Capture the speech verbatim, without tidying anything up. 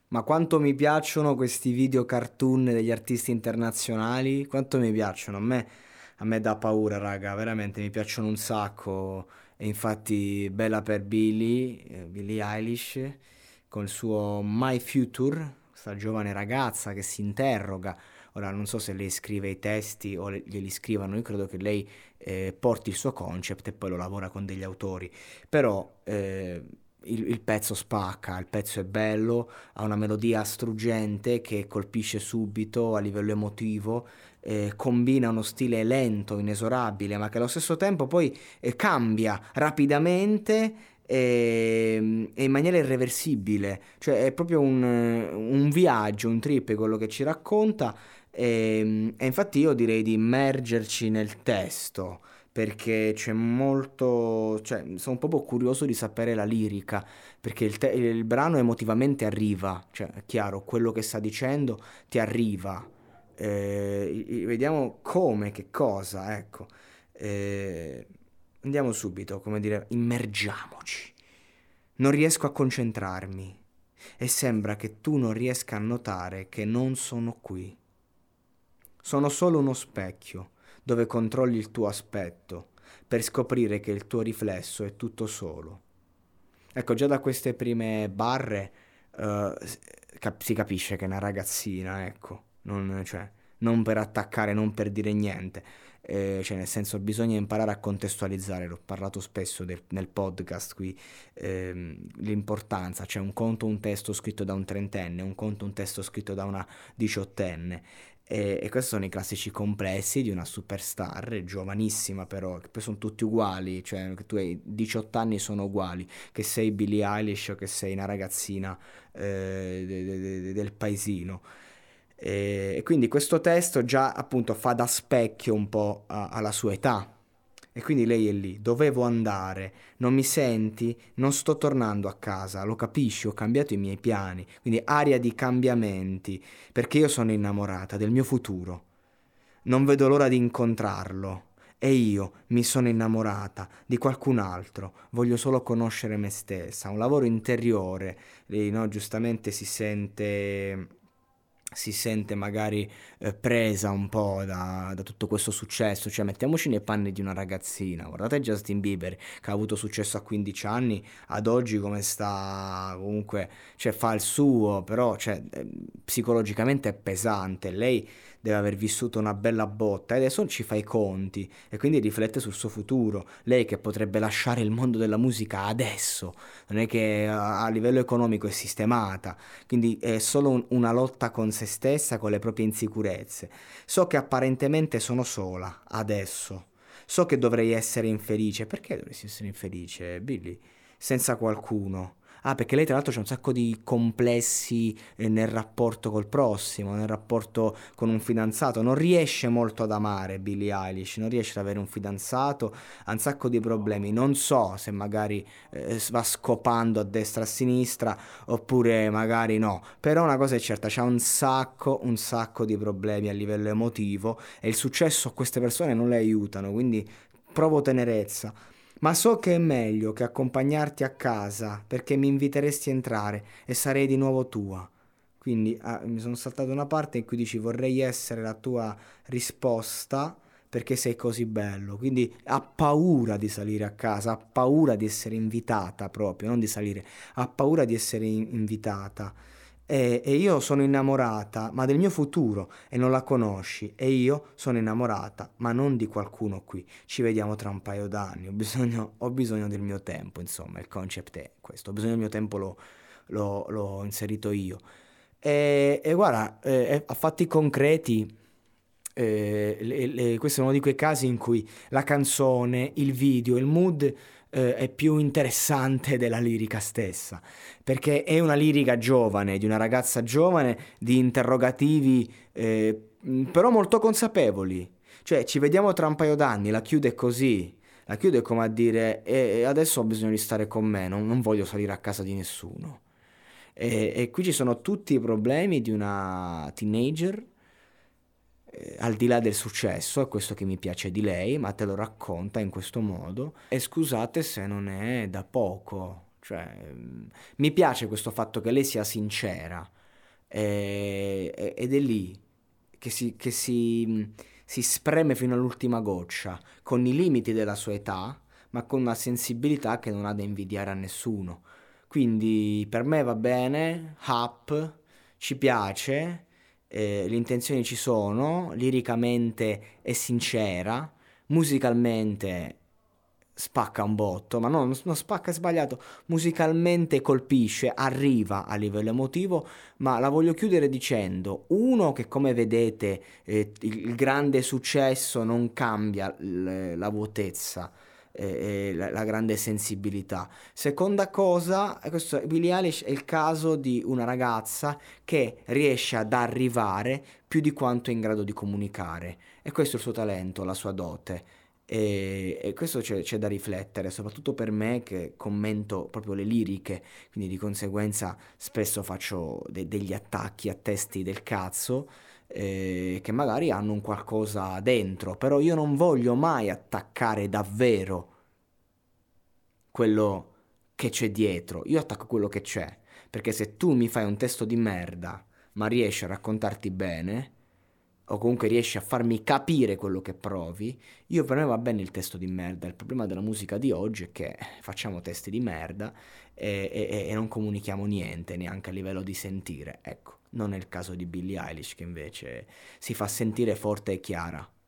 Ma quanto mi piacciono questi video cartoon degli artisti internazionali, quanto mi piacciono, a me, a me dà paura, raga, veramente mi piacciono un sacco. E infatti bella per Billie, eh, Billie Eilish, con il suo My Future, questa giovane ragazza che si interroga. Ora non so se lei scrive i testi o le- glieli scrivano, io credo che lei eh, porti il suo concept e poi lo lavora con degli autori. Però eh, il, il pezzo spacca, il pezzo è bello, ha una melodia struggente che colpisce subito a livello emotivo, eh, combina uno stile lento, inesorabile, ma che allo stesso tempo poi eh, cambia rapidamente e, e in maniera irreversibile. Cioè è proprio un, un viaggio, un trip quello che ci racconta. E, e infatti io direi di immergerci nel testo perché c'è molto, cioè sono proprio curioso di sapere la lirica, perché il, te- il brano emotivamente arriva, cioè è chiaro, quello che sta dicendo ti arriva. Eh, i- i- vediamo come, che cosa, ecco. Eh, andiamo subito, come dire, immergiamoci. Non riesco a concentrarmi e sembra che tu non riesca a notare che non sono qui. Sono solo uno specchio dove controlli il tuo aspetto per scoprire che il tuo riflesso è tutto solo. Ecco, già da queste prime barre eh, s- cap- si capisce che è una ragazzina, ecco, non, cioè, non per attaccare, non per dire niente, eh, cioè nel senso bisogna imparare a contestualizzare, l'ho parlato spesso del- nel podcast qui, ehm, l'importanza, c'è un conto, un testo scritto da un trentenne, un conto, un testo scritto da una diciottenne. E, e questi sono i classici complessi di una superstar, giovanissima però, che poi sono tutti uguali, cioè che tu hai diciotto anni sono uguali, che sei Billie Eilish o che sei una ragazzina eh, de- de- de- del paesino. E, e quindi questo testo già appunto fa da specchio un po' a- alla sua età. E quindi lei è lì, dovevo andare, non mi senti? Non sto tornando a casa, lo capisci, ho cambiato i miei piani, quindi aria di cambiamenti, perché io sono innamorata del mio futuro. Non vedo l'ora di incontrarlo. E io mi sono innamorata di qualcun altro, voglio solo conoscere me stessa, un lavoro interiore. Lei, no, giustamente si sente, si sente magari eh, presa un po' da, da tutto questo successo, cioè mettiamoci nei panni di una ragazzina, guardate Justin Bieber che ha avuto successo a quindici anni, ad oggi come sta comunque, cioè fa il suo, però cioè, eh, psicologicamente è pesante, lei deve aver vissuto una bella botta e adesso ci fa i conti e quindi riflette sul suo futuro, lei che potrebbe lasciare il mondo della musica adesso, non è che a, a livello economico è sistemata, quindi è solo un- una lotta con se stessa, con le proprie insicurezze. So che apparentemente sono sola, adesso. So che dovrei essere infelice. Perché dovresti essere infelice, Billy? Senza qualcuno. Ah, perché lei tra l'altro c'ha un sacco di complessi eh, nel rapporto col prossimo, nel rapporto con un fidanzato. Non riesce molto ad amare Billie Eilish, non riesce ad avere un fidanzato, ha un sacco di problemi. Non so se magari eh, va scopando a destra e a sinistra oppure magari no. Però una cosa è certa, c'ha un sacco, un sacco di problemi a livello emotivo e il successo a queste persone non le aiutano, quindi provo tenerezza. Ma so che è meglio che accompagnarti a casa perché mi inviteresti a entrare e sarei di nuovo tua. Quindi ah, mi sono saltato una parte in cui dici vorrei essere la tua risposta perché sei così bello. Quindi ha paura di salire a casa, ha paura di essere invitata proprio, non di salire, ha paura di essere in- invitata. E, e io sono innamorata, ma del mio futuro, e non la conosci. E io sono innamorata, ma non di qualcuno qui. Ci vediamo tra un paio d'anni. Ho bisogno, ho bisogno del mio tempo, insomma, il concept è questo. Ho bisogno del mio tempo, l'ho, l'ho- l'ho inserito io. E, e guarda, eh, a fatti concreti, eh, le- le- questo è uno di quei casi in cui la canzone, il video, il mood eh, è più interessante della lirica stessa, perché è una lirica giovane, di una ragazza giovane, di interrogativi eh, mh, però molto consapevoli. Cioè, ci vediamo tra un paio d'anni, la chiude così. La chiude come a dire, e adesso ho bisogno di stare con me, non, non voglio salire a casa di nessuno. E, e qui ci sono tutti i problemi di una teenager, eh, al di là del successo, è questo che mi piace di lei, ma te lo racconta in questo modo. E scusate se non è da poco, cioè, mm, mi piace questo fatto che lei sia sincera, e- e- ed è lì che si, che si, si spreme fino all'ultima goccia, con i limiti della sua età, ma con una sensibilità che non ha da invidiare a nessuno. Quindi per me va bene, Up, ci piace, eh, le intenzioni ci sono, liricamente è sincera, musicalmente spacca un botto, ma no, non, non spacca, è sbagliato, musicalmente colpisce, arriva a livello emotivo, ma la voglio chiudere dicendo, uno, che come vedete eh, il, il grande successo non cambia l- la vuotezza, eh, eh, la, la grande sensibilità. Seconda cosa, e questo Billie Eilish è il caso di una ragazza che riesce ad arrivare più di quanto è in grado di comunicare. E questo è il suo talento, la sua dote. E, e questo c'è, c'è da riflettere, soprattutto per me che commento proprio le liriche, quindi di conseguenza spesso faccio de- degli attacchi a testi del cazzo, eh, che magari hanno un qualcosa dentro, però io non voglio mai attaccare davvero quello che c'è dietro, io attacco quello che c'è, perché se tu mi fai un testo di merda, ma riesci a raccontarti bene, o comunque riesci a farmi capire quello che provi, io per me va bene il testo di merda. Il problema della musica di oggi è che facciamo testi di merda e, e- e non comunichiamo niente, neanche a livello di sentire. Ecco, non è il caso di Billie Eilish che invece si fa sentire forte e chiara.